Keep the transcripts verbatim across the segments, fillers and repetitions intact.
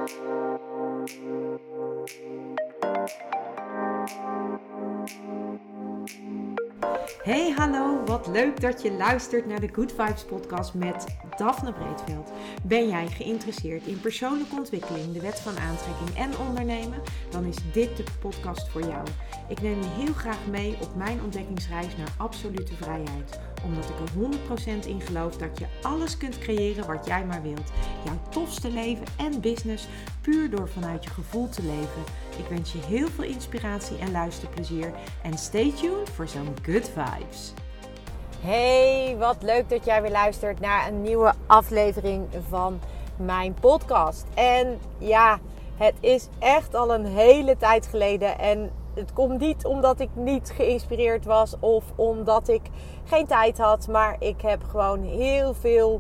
Hey, hallo, wat leuk dat je luistert naar de Good Vibes podcast met Daphne Breedveld. Ben jij geïnteresseerd in persoonlijke ontwikkeling, de wet van aantrekking en ondernemen? Dan is dit de podcast voor jou. Ik neem je heel graag mee op mijn ontdekkingsreis naar absolute vrijheid. Omdat ik er honderd procent in geloof dat je alles kunt creëren wat jij maar wilt. Jouw tofste leven en business puur door vanuit je gevoel te leven. Ik wens je heel veel inspiratie en luisterplezier. En stay tuned voor zo'n good vibes. Hey, wat leuk dat jij weer luistert naar een nieuwe aflevering van mijn podcast. En ja, het is echt al een hele tijd geleden. En het komt niet omdat ik niet geïnspireerd was of omdat ik geen tijd had. Maar ik heb gewoon heel veel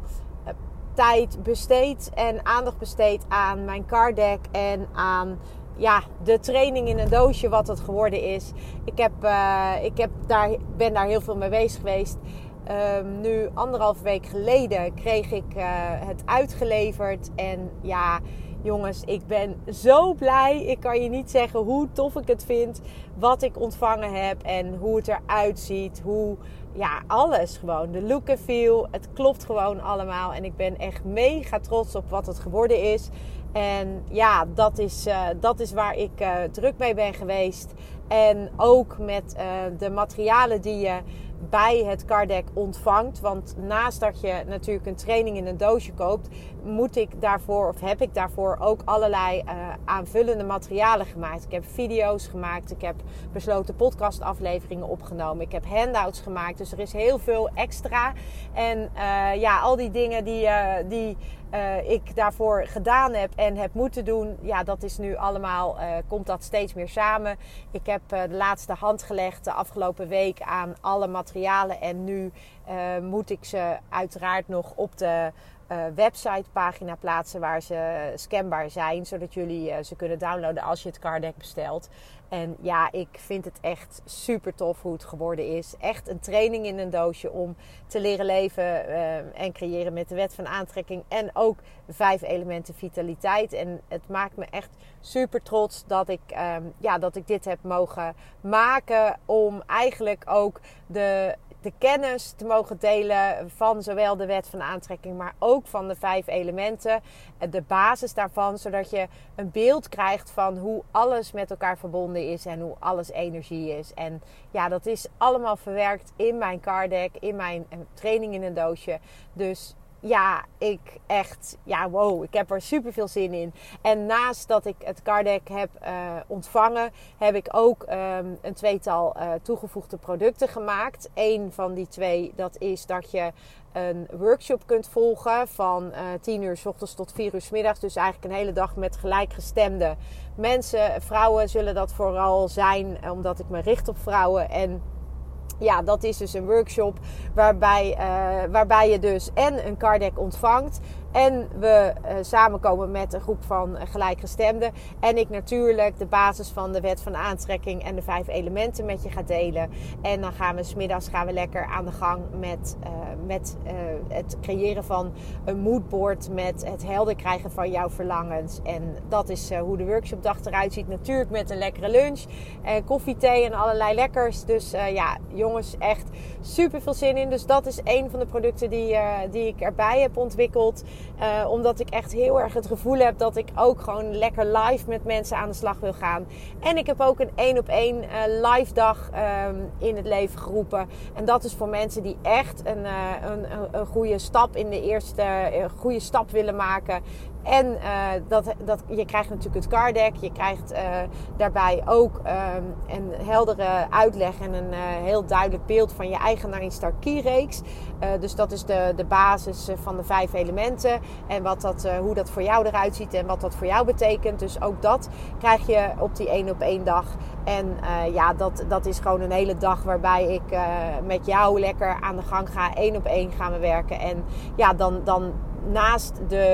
tijd besteed en aandacht besteed aan mijn card deck en aan ja, de training in een doosje wat het geworden is. Ik, heb, uh, ik heb daar, ben daar heel veel mee bezig geweest. Um, nu anderhalve week geleden kreeg ik uh, het uitgeleverd. En ja, jongens, ik ben zo blij. Ik kan je niet zeggen hoe tof ik het vind. Wat ik ontvangen heb en hoe het eruit ziet. Hoe, ja, alles gewoon. De look en feel. Het klopt gewoon allemaal. En ik ben echt mega trots op wat het geworden is. En ja, dat is, uh, dat is waar ik uh, druk mee ben geweest. En ook met uh, de materialen die je bij het card deck ontvangt. Want naast dat je natuurlijk een training in een doosje koopt, moet ik daarvoor, of heb ik daarvoor ook allerlei uh, aanvullende materialen gemaakt. Ik heb video's gemaakt, ik heb besloten podcastafleveringen opgenomen, ik heb handouts gemaakt. Dus er is heel veel extra. En uh, ja, al die dingen die, uh, die uh, ik daarvoor gedaan heb en heb moeten doen, ja, dat is nu allemaal, uh, komt dat steeds meer samen. Ik heb uh, de laatste hand gelegd de afgelopen week aan alle materialen en nu uh, moet ik ze uiteraard nog op de uh, websitepagina plaatsen waar ze scanbaar zijn, zodat jullie uh, ze kunnen downloaden als je het card deck bestelt. En ja, ik vind het echt super tof hoe het geworden is. Echt een training in een doosje om te leren leven uh, en creëren met de wet van aantrekking. En ook vijf elementen vitaliteit. En het maakt me echt super trots dat ik, um, ja, dat ik dit heb mogen maken. Om eigenlijk ook de... de kennis te mogen delen van zowel de wet van aantrekking, maar ook van de vijf elementen. De basis daarvan, zodat je een beeld krijgt van hoe alles met elkaar verbonden is en hoe alles energie is. En ja, dat is allemaal verwerkt in mijn card deck, in mijn training in een doosje. Dus ja, ik echt, ja wow, ik heb er super veel zin in. En naast dat ik het card deck heb uh, ontvangen, heb ik ook um, een tweetal uh, toegevoegde producten gemaakt. Eén van die twee, dat is dat je een workshop kunt volgen van uh, tien uur 's ochtends tot vier uur 's middags. Dus eigenlijk een hele dag met gelijkgestemde mensen. Vrouwen zullen dat vooral zijn, omdat ik me richt op vrouwen. En ja, dat is dus een workshop waarbij, uh, waarbij je dus en een card deck ontvangt. En we uh, samenkomen met een groep van uh, gelijkgestemden. En ik natuurlijk de basis van de wet van aantrekking en de vijf elementen met je ga delen. En dan gaan we 's middags gaan we lekker aan de gang met, uh, met uh, het creëren van een moodboard. Met het helder krijgen van jouw verlangens. En dat is uh, hoe de workshopdag eruit ziet. Natuurlijk met een lekkere lunch. En koffie, thee en allerlei lekkers. Dus uh, ja, jongens, echt super veel zin in. Dus dat is een van de producten die, uh, die ik erbij heb ontwikkeld. Uh, omdat ik echt heel erg het gevoel heb dat ik ook gewoon lekker live met mensen aan de slag wil gaan. En ik heb ook een één op één uh, live dag um, in het leven geroepen. En dat is voor mensen die echt een, uh, een, een goede stap in de eerste uh, goede stap willen maken. En uh, dat, dat, je krijgt natuurlijk het card deck. Je krijgt uh, daarbij ook um, een heldere uitleg en een uh, heel duidelijk beeld van je eigen Nine Star Key reeks. Uh, dus dat is de, de basis van de vijf elementen. En wat dat, uh, hoe dat voor jou eruit ziet en wat dat voor jou betekent. Dus ook dat krijg je op die één op één dag. En uh, ja, dat, dat is gewoon een hele dag waarbij ik uh, met jou lekker aan de gang ga. Eén op één gaan we werken. En ja, dan... dan naast de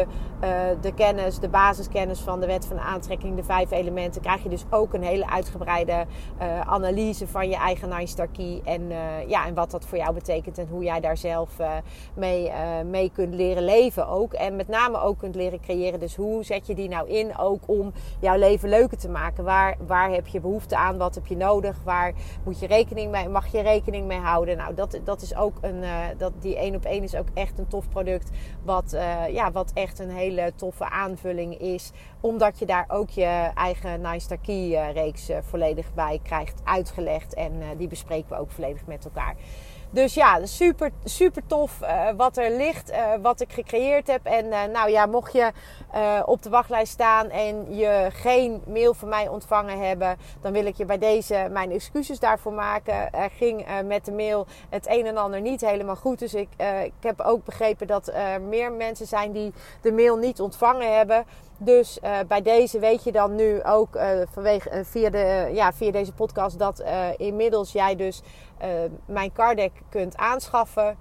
uh, de kennis, de basiskennis van de wet van de aantrekking, de vijf elementen, krijg je dus ook een hele uitgebreide uh, analyse van je eigen Nine Star Key. En, uh, ja, en wat dat voor jou betekent en hoe jij daar zelf uh, mee, uh, mee kunt leren leven ook. En met name ook kunt leren creëren. Dus hoe zet je die nou in ook om jouw leven leuker te maken? Waar, waar heb je behoefte aan? Wat heb je nodig? Waar moet je rekening mee, mag je rekening mee houden? Nou, dat, dat is ook een, uh, dat, die één op één is ook echt een tof product. Wat, uh, ja, wat echt een hele toffe aanvulling is. Omdat je daar ook je eigen Nine Star Key uh, reeks uh, volledig bij krijgt uitgelegd. En uh, die bespreken we ook volledig met elkaar. Dus ja, super, super tof uh, wat er ligt, uh, wat ik gecreëerd heb. En uh, nou ja, mocht je uh, op de wachtlijst staan en je geen mail van mij ontvangen hebben, dan wil ik je bij deze mijn excuses daarvoor maken. Er ging uh, met de mail het een en ander niet helemaal goed. Dus ik, uh, ik heb ook begrepen dat er meer mensen zijn die de mail niet ontvangen hebben. Dus uh, bij deze weet je dan nu ook uh, vanwege, uh, via, de, uh, ja, via deze podcast dat uh, inmiddels jij dus uh, mijn card deck kunt aanschaffen.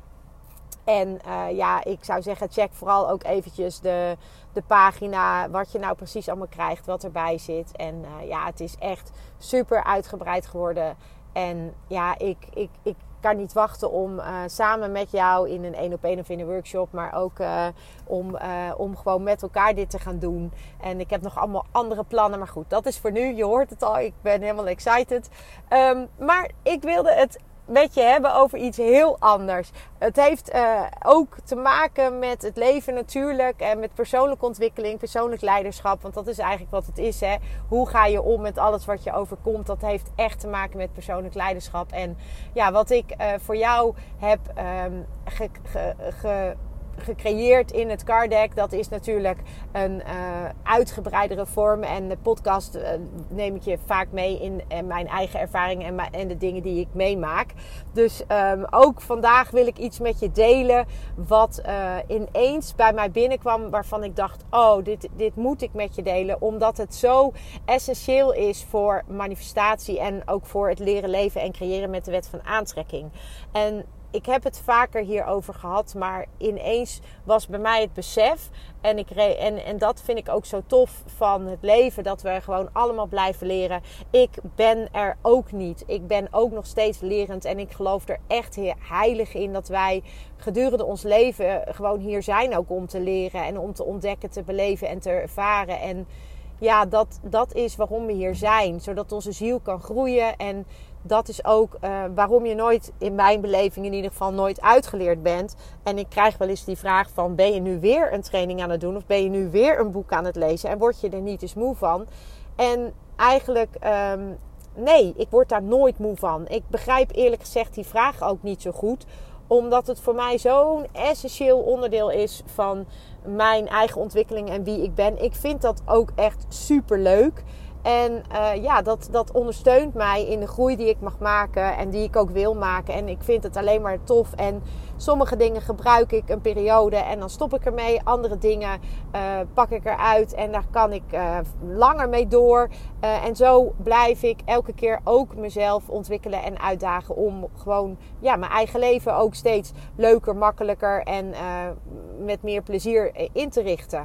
En uh, ja, ik zou zeggen, check vooral ook eventjes de, de pagina, wat je nou precies allemaal krijgt, wat erbij zit. En uh, ja, het is echt super uitgebreid geworden. En ja, ik, ik, ik kan niet wachten om uh, samen met jou in een één op één of in een workshop, maar ook uh, om, uh, om gewoon met elkaar dit te gaan doen. En ik heb nog allemaal andere plannen, maar goed, dat is voor nu. Je hoort het al, ik ben helemaal excited. Um, maar ik wilde het met je hebben over iets heel anders. Het heeft uh, ook te maken met het leven natuurlijk en met persoonlijke ontwikkeling, persoonlijk leiderschap. Want dat is eigenlijk wat het is. Hè? Hoe ga je om met alles wat je overkomt? Dat heeft echt te maken met persoonlijk leiderschap. En ja, wat ik uh, voor jou heb um, ge, ge, ge, gecreëerd in het card deck, dat is natuurlijk een uh, uitgebreidere vorm. En de podcast uh, neem ik je vaak mee in uh, mijn eigen ervaringen en, en de dingen die ik meemaak. Dus um, ook vandaag wil ik iets met je delen wat uh, ineens bij mij binnenkwam, waarvan ik dacht, oh, dit, dit moet ik met je delen, omdat het zo essentieel is voor manifestatie en ook voor het leren leven en creëren met de wet van aantrekking. En ik heb het vaker hierover gehad, maar ineens was bij mij het besef. En, ik re- en, en dat vind ik ook zo tof van het leven, dat we gewoon allemaal blijven leren. Ik ben er ook niet. Ik ben ook nog steeds lerend en ik geloof er echt heilig in dat wij gedurende ons leven gewoon hier zijn ook om te leren en om te ontdekken, te beleven en te ervaren. En ja, dat, dat is waarom we hier zijn, zodat onze ziel kan groeien. En dat is ook uh, waarom je nooit, in mijn beleving in ieder geval, nooit uitgeleerd bent. En ik krijg wel eens die vraag van, ben je nu weer een training aan het doen? Of ben je nu weer een boek aan het lezen? En word je er niet eens moe van? En eigenlijk, um, nee, ik word daar nooit moe van. Ik begrijp eerlijk gezegd die vraag ook niet zo goed. Omdat het voor mij zo'n essentieel onderdeel is van mijn eigen ontwikkeling en wie ik ben. Ik vind dat ook echt super leuk. En uh, ja, dat, dat ondersteunt mij in de groei die ik mag maken en die ik ook wil maken. En ik vind het alleen maar tof. En sommige dingen gebruik ik een periode en dan stop ik ermee. Andere dingen uh, pak ik eruit en daar kan ik uh, langer mee door. Uh, en zo blijf ik elke keer ook mezelf ontwikkelen en uitdagen om gewoon ja, mijn eigen leven ook steeds leuker, makkelijker en uh, met meer plezier in te richten.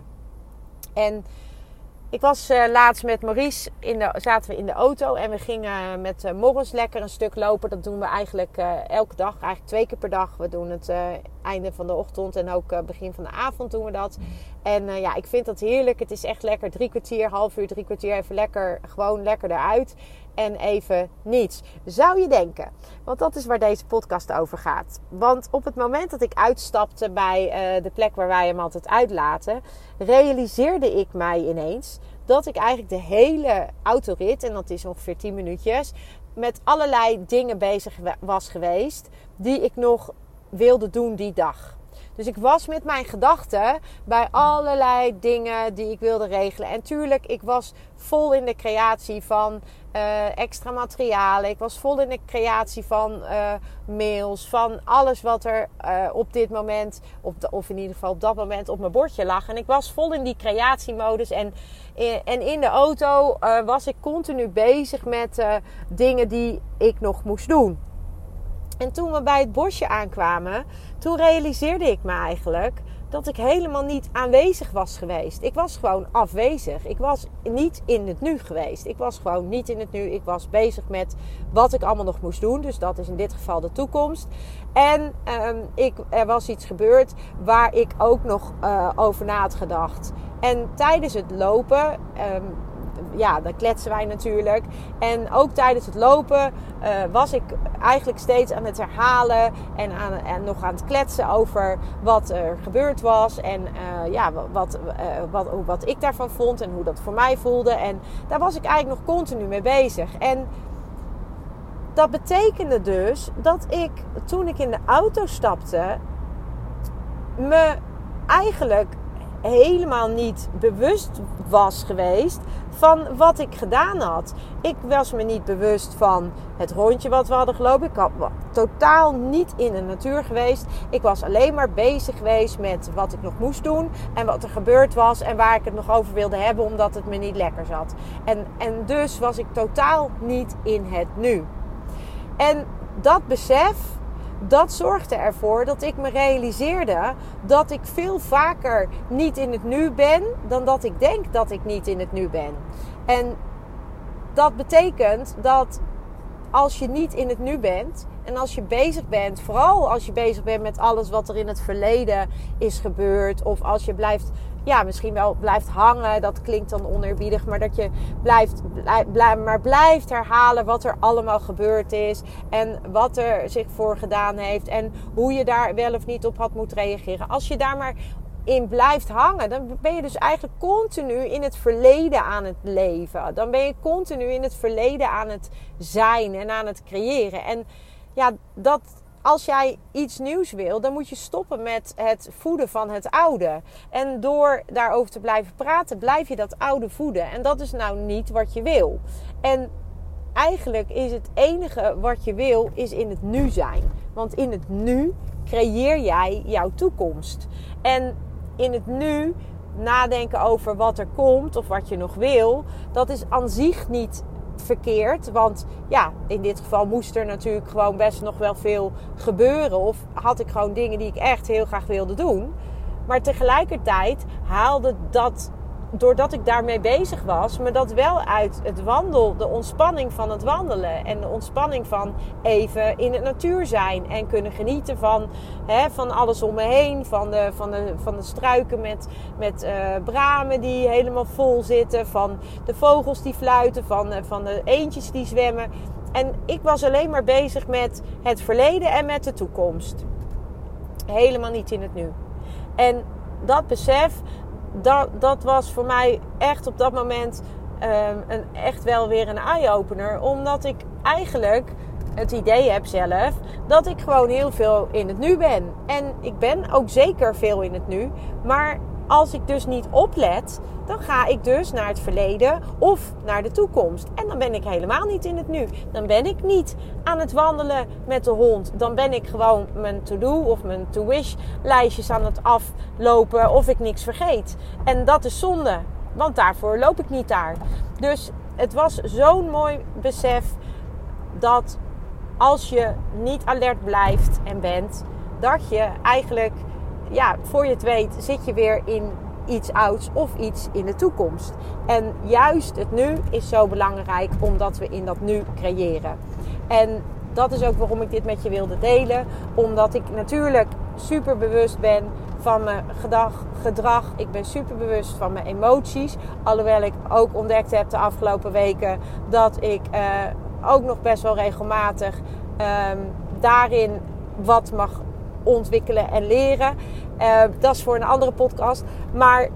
En ik was uh, laatst met Maurice, in de, zaten we in de auto en we gingen met uh, Morris lekker een stuk lopen. Dat doen we eigenlijk uh, elke dag, eigenlijk twee keer per dag. We doen het uh, einde van de ochtend en ook uh, begin van de avond doen we dat. En uh, ja, ik vind dat heerlijk. Het is echt lekker, drie kwartier, half uur, drie kwartier, even lekker, gewoon lekker eruit. En even niets. Zou je denken. Want dat is waar deze podcast over gaat. Want op het moment dat ik uitstapte bij uh, de plek waar wij hem altijd uitlaten, realiseerde ik mij ineens dat ik eigenlijk de hele autorit, en dat is ongeveer tien minuutjes, met allerlei dingen bezig was geweest die ik nog wilde doen die dag. Dus ik was met mijn gedachten bij allerlei dingen die ik wilde regelen. En tuurlijk, ik was vol in de creatie van uh, extra materialen. Ik was vol in de creatie van uh, mails. Van alles wat er uh, op dit moment, op de, of in ieder geval op dat moment, op mijn bordje lag. En ik was vol in die creatiemodus. En, en in de auto uh, was ik continu bezig met uh, dingen die ik nog moest doen. En toen we bij het bosje aankwamen, toen realiseerde ik me eigenlijk dat ik helemaal niet aanwezig was geweest. Ik was gewoon afwezig. Ik was niet in het nu geweest. Ik was gewoon niet in het nu. Ik was bezig met wat ik allemaal nog moest doen. Dus dat is in dit geval de toekomst. En um, ik, er was iets gebeurd waar ik ook nog uh, over na had gedacht. En tijdens het lopen... Um, Ja, dan kletsen wij natuurlijk. En ook tijdens het lopen uh, was ik eigenlijk steeds aan het herhalen en, aan, en nog aan het kletsen over wat er gebeurd was. En uh, ja, wat, uh, wat, wat ik daarvan vond en hoe dat voor mij voelde. En daar was ik eigenlijk nog continu mee bezig. En dat betekende dus dat ik, toen ik in de auto stapte, me eigenlijk helemaal niet bewust was geweest van wat ik gedaan had. Ik was me niet bewust van het rondje wat we hadden gelopen. Ik was totaal niet in de natuur geweest. Ik was alleen maar bezig geweest met wat ik nog moest doen en wat er gebeurd was en waar ik het nog over wilde hebben omdat het me niet lekker zat. En, en dus was ik totaal niet in het nu. En dat besef, dat zorgde ervoor dat ik me realiseerde dat ik veel vaker niet in het nu ben dan dat ik denk dat ik niet in het nu ben. En dat betekent dat als je niet in het nu bent en als je bezig bent, vooral als je bezig bent met alles wat er in het verleden is gebeurd, of als je blijft, ja, misschien wel blijft hangen, dat klinkt dan oneerbiedig, maar dat je blijft, blijf, maar blijft herhalen wat er allemaal gebeurd is en wat er zich voor gedaan heeft en hoe je daar wel of niet op had moeten reageren. Als je daar maar in blijft hangen, dan ben je dus eigenlijk continu in het verleden aan het leven. Dan ben je continu in het verleden aan het zijn en aan het creëren. En ja, dat, als jij iets nieuws wil, dan moet je stoppen met het voeden van het oude. En door daarover te blijven praten, blijf je dat oude voeden. En dat is nou niet wat je wil. En eigenlijk is het enige wat je wil, is in het nu zijn. Want in het nu creëer jij jouw toekomst. En in het nu nadenken over wat er komt of wat je nog wil, dat is aan zich niet verkeerd. Want ja, in dit geval moest er natuurlijk gewoon best nog wel veel gebeuren. Of had ik gewoon dingen die ik echt heel graag wilde doen. Maar tegelijkertijd haalde dat, doordat ik daarmee bezig was, me dat wel uit het wandel, de ontspanning van het wandelen en de ontspanning van even in de natuur zijn en kunnen genieten van, hè, van alles om me heen, van de, van de, van de struiken met, met uh, bramen die helemaal vol zitten, van de vogels die fluiten, van, uh, van de eendjes die zwemmen. En ik was alleen maar bezig met het verleden en met de toekomst. Helemaal niet in het nu. En dat besef, Dat, dat was voor mij echt op dat moment um, een, echt wel weer een eye-opener. Omdat ik eigenlijk het idee heb zelf dat ik gewoon heel veel in het nu ben. En ik ben ook zeker veel in het nu. Maar als ik dus niet oplet, dan ga ik dus naar het verleden of naar de toekomst. En dan ben ik helemaal niet in het nu. Dan ben ik niet aan het wandelen met de hond. Dan ben ik gewoon mijn to-do of mijn to-wish lijstjes aan het aflopen of ik niks vergeet. En dat is zonde, want daarvoor loop ik niet daar. Dus het was zo'n mooi besef dat als je niet alert blijft en bent, dat je eigenlijk, ja, voor je het weet, zit je weer in iets ouds of iets in de toekomst. En juist het nu is zo belangrijk, omdat we in dat nu creëren. En dat is ook waarom ik dit met je wilde delen. Omdat ik natuurlijk super bewust ben van mijn gedag, gedrag. Ik ben super bewust van mijn emoties. Alhoewel ik ook ontdekt heb de afgelopen weken dat ik uh, ook nog best wel regelmatig um, daarin wat mag ontwikkelen en leren. Uh, dat is voor een andere podcast. Maar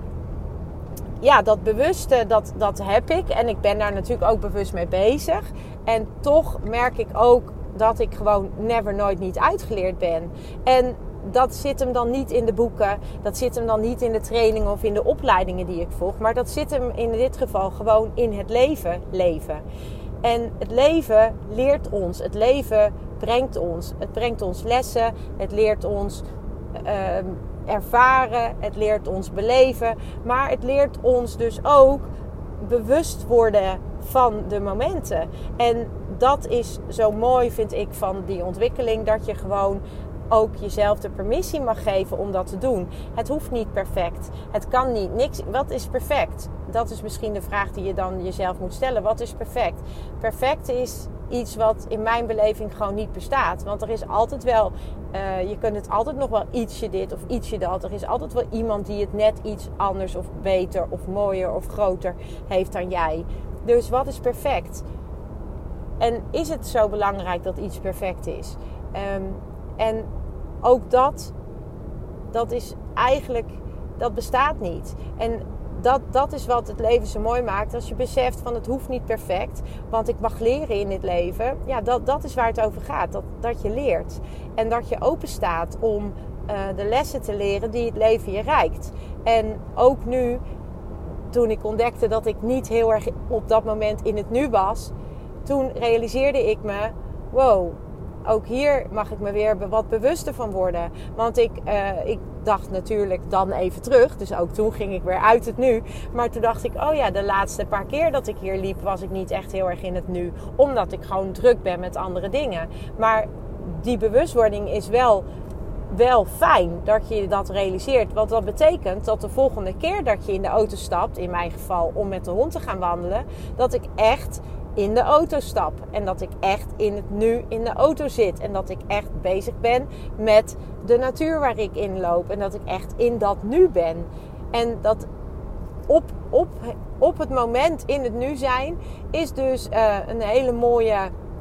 ja, dat bewuste, dat, dat heb ik. En ik ben daar natuurlijk ook bewust mee bezig. En toch merk ik ook dat ik gewoon never nooit niet uitgeleerd ben. En dat zit hem dan niet in de boeken. Dat zit hem dan niet in de trainingen of in de opleidingen die ik volg. Maar dat zit hem in dit geval gewoon in het leven leven. En het leven leert ons. Het leven brengt ons. Het brengt ons lessen. Het leert ons uh, ervaren. Het leert ons beleven. Maar het leert ons dus ook bewust worden van de momenten. En dat is zo mooi, vind ik, van die ontwikkeling. Dat je gewoon ook jezelf de permissie mag geven om dat te doen. Het hoeft niet perfect. Het kan niet. Niks. Wat is perfect? Dat is misschien de vraag die je dan jezelf moet stellen. Wat is perfect? Perfect is iets wat in mijn beleving gewoon niet bestaat. Want er is altijd wel, uh, je kunt het altijd nog wel ietsje dit of ietsje dat. Er is altijd wel iemand die het net iets anders of beter of mooier of groter heeft dan jij. Dus wat is perfect? En is het zo belangrijk dat iets perfect is? Um, en ook dat, dat is eigenlijk, dat bestaat niet. En Dat, dat is wat het leven zo mooi maakt. Als je beseft van het hoeft niet perfect. Want ik mag leren in dit leven. Ja, dat, dat is waar het over gaat. Dat, dat je leert. En dat je open staat om uh, de lessen te leren die het leven je reikt. En ook nu, toen ik ontdekte dat ik niet heel erg op dat moment in het nu was. Toen realiseerde ik me, wow, ook hier mag ik me weer wat bewuster van worden. Want ik, uh, ik dacht natuurlijk dan even terug. Dus ook toen ging ik weer uit het nu. Maar toen dacht ik, oh ja, de laatste paar keer dat ik hier liep was ik niet echt heel erg in het nu. Omdat ik gewoon druk ben met andere dingen. Maar die bewustwording is wel, wel fijn dat je dat realiseert. Want dat betekent dat de volgende keer dat je in de auto stapt, in mijn geval om met de hond te gaan wandelen, dat ik echt in de auto stap. En dat ik echt in het nu in de auto zit. En dat ik echt bezig ben met de natuur waar ik in loop. En dat ik echt in dat nu ben. En dat op, op, op het moment in het nu zijn is dus uh, een hele mooie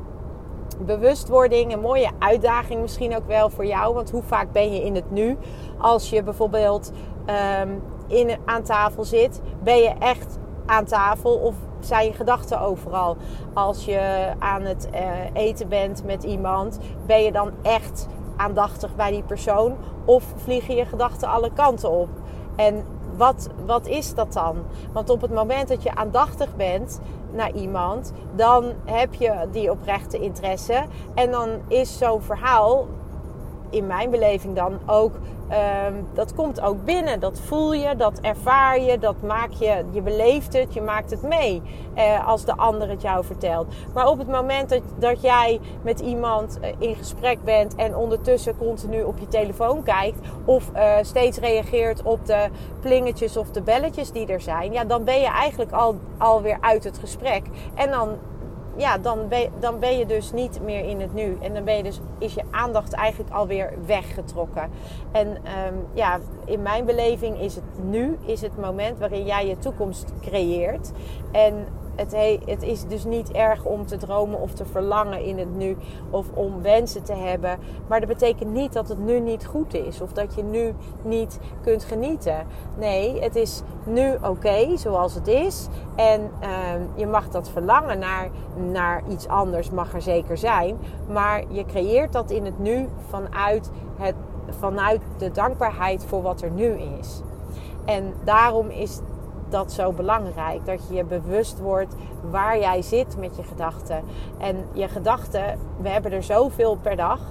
bewustwording. Een mooie uitdaging misschien ook wel voor jou. Want hoe vaak ben je in het nu? Als je bijvoorbeeld um, in, aan tafel zit, ben je echt aan tafel of zijn je gedachten overal? Als je aan het uh, eten bent met iemand, ben je dan echt aandachtig bij die persoon? Of vliegen je gedachten alle kanten op? En wat, wat is dat dan? Want op het moment dat je aandachtig bent naar iemand, dan heb je die oprechte interesse. En dan is zo'n verhaal, in mijn beleving dan ook, Um, dat komt ook binnen. Dat voel je, dat ervaar je, dat maak je, je beleeft het, je maakt het mee uh, als de ander het jou vertelt. Maar op het moment dat, dat jij met iemand uh, in gesprek bent en ondertussen continu op je telefoon kijkt of uh, steeds reageert op de plingetjes of de belletjes die er zijn, ja, dan ben je eigenlijk al, alweer uit het gesprek. En dan Ja, dan ben, dan ben je dus niet meer in het nu. En dan ben je dus, is je aandacht eigenlijk alweer weggetrokken. En um, ja, in mijn beleving is het nu is het moment waarin jij je toekomst creëert. En het, he, het is dus niet erg om te dromen of te verlangen in het nu. Of om wensen te hebben. Maar dat betekent niet dat het nu niet goed is. Of dat je nu niet kunt genieten. Nee, het is nu oké okay, zoals het is. En uh, je mag dat verlangen naar, naar iets anders, mag er zeker zijn. Maar je creëert dat in het nu vanuit, het, vanuit de dankbaarheid voor wat er nu is. En daarom is dat zo belangrijk. Dat je je bewust wordt waar jij zit met je gedachten. En je gedachten, we hebben er zoveel per dag,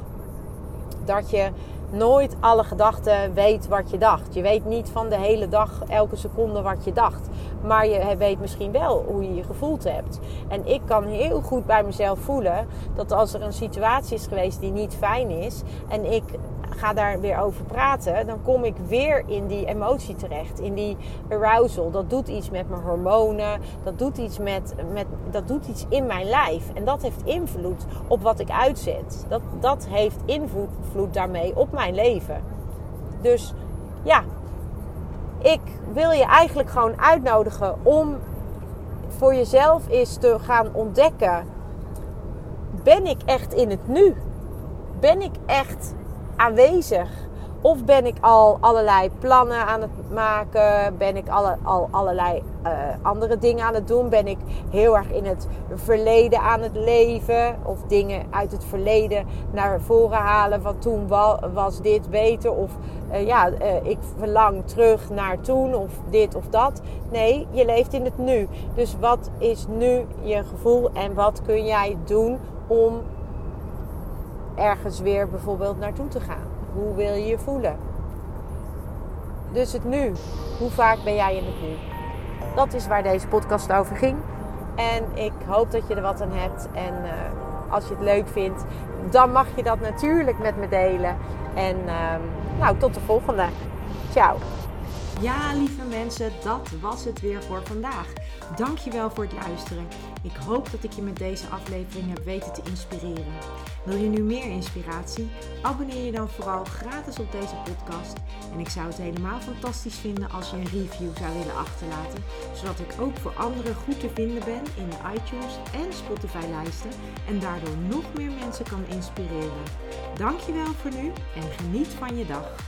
dat je nooit alle gedachten weet wat je dacht. Je weet niet van de hele dag, elke seconde wat je dacht. Maar je weet misschien wel hoe je je gevoeld hebt. En ik kan heel goed bij mezelf voelen dat als er een situatie is geweest die niet fijn is en ik ga daar weer over praten, dan kom ik weer in die emotie terecht, in die arousal. Dat doet iets met mijn hormonen, dat doet iets met, met dat doet iets in mijn lijf. En dat heeft invloed op wat ik uitzet. Dat, dat heeft invloed daarmee op mijn leven. Dus ja, ik wil je eigenlijk gewoon uitnodigen om voor jezelf eens te gaan ontdekken: ben ik echt in het nu? Ben ik echt aanwezig? Of ben ik al allerlei plannen aan het maken? Ben ik alle, al allerlei uh, andere dingen aan het doen? Ben ik heel erg in het verleden aan het leven? Of dingen uit het verleden naar voren halen van toen was dit beter? Of uh, ja, uh, ik verlang terug naar toen of dit of dat. Nee, je leeft in het nu. Dus wat is nu je gevoel en wat kun jij doen om ergens weer bijvoorbeeld naartoe te gaan? Hoe wil je je voelen? Dus het nu. Hoe vaak ben jij in het nu? Dat is waar deze podcast over ging. En ik hoop dat je er wat aan hebt. En uh, als je het leuk vindt, dan mag je dat natuurlijk met me delen. En um, nou, tot de volgende. Ciao. Ja, lieve mensen, dat was het weer voor vandaag. Dankjewel voor het luisteren. Ik hoop dat ik je met deze aflevering heb weten te inspireren. Wil je nu meer inspiratie? Abonneer je dan vooral gratis op deze podcast. En ik zou het helemaal fantastisch vinden als je een review zou willen achterlaten. Zodat ik ook voor anderen goed te vinden ben in de iTunes en Spotify lijsten. En daardoor nog meer mensen kan inspireren. Dankjewel voor nu en geniet van je dag.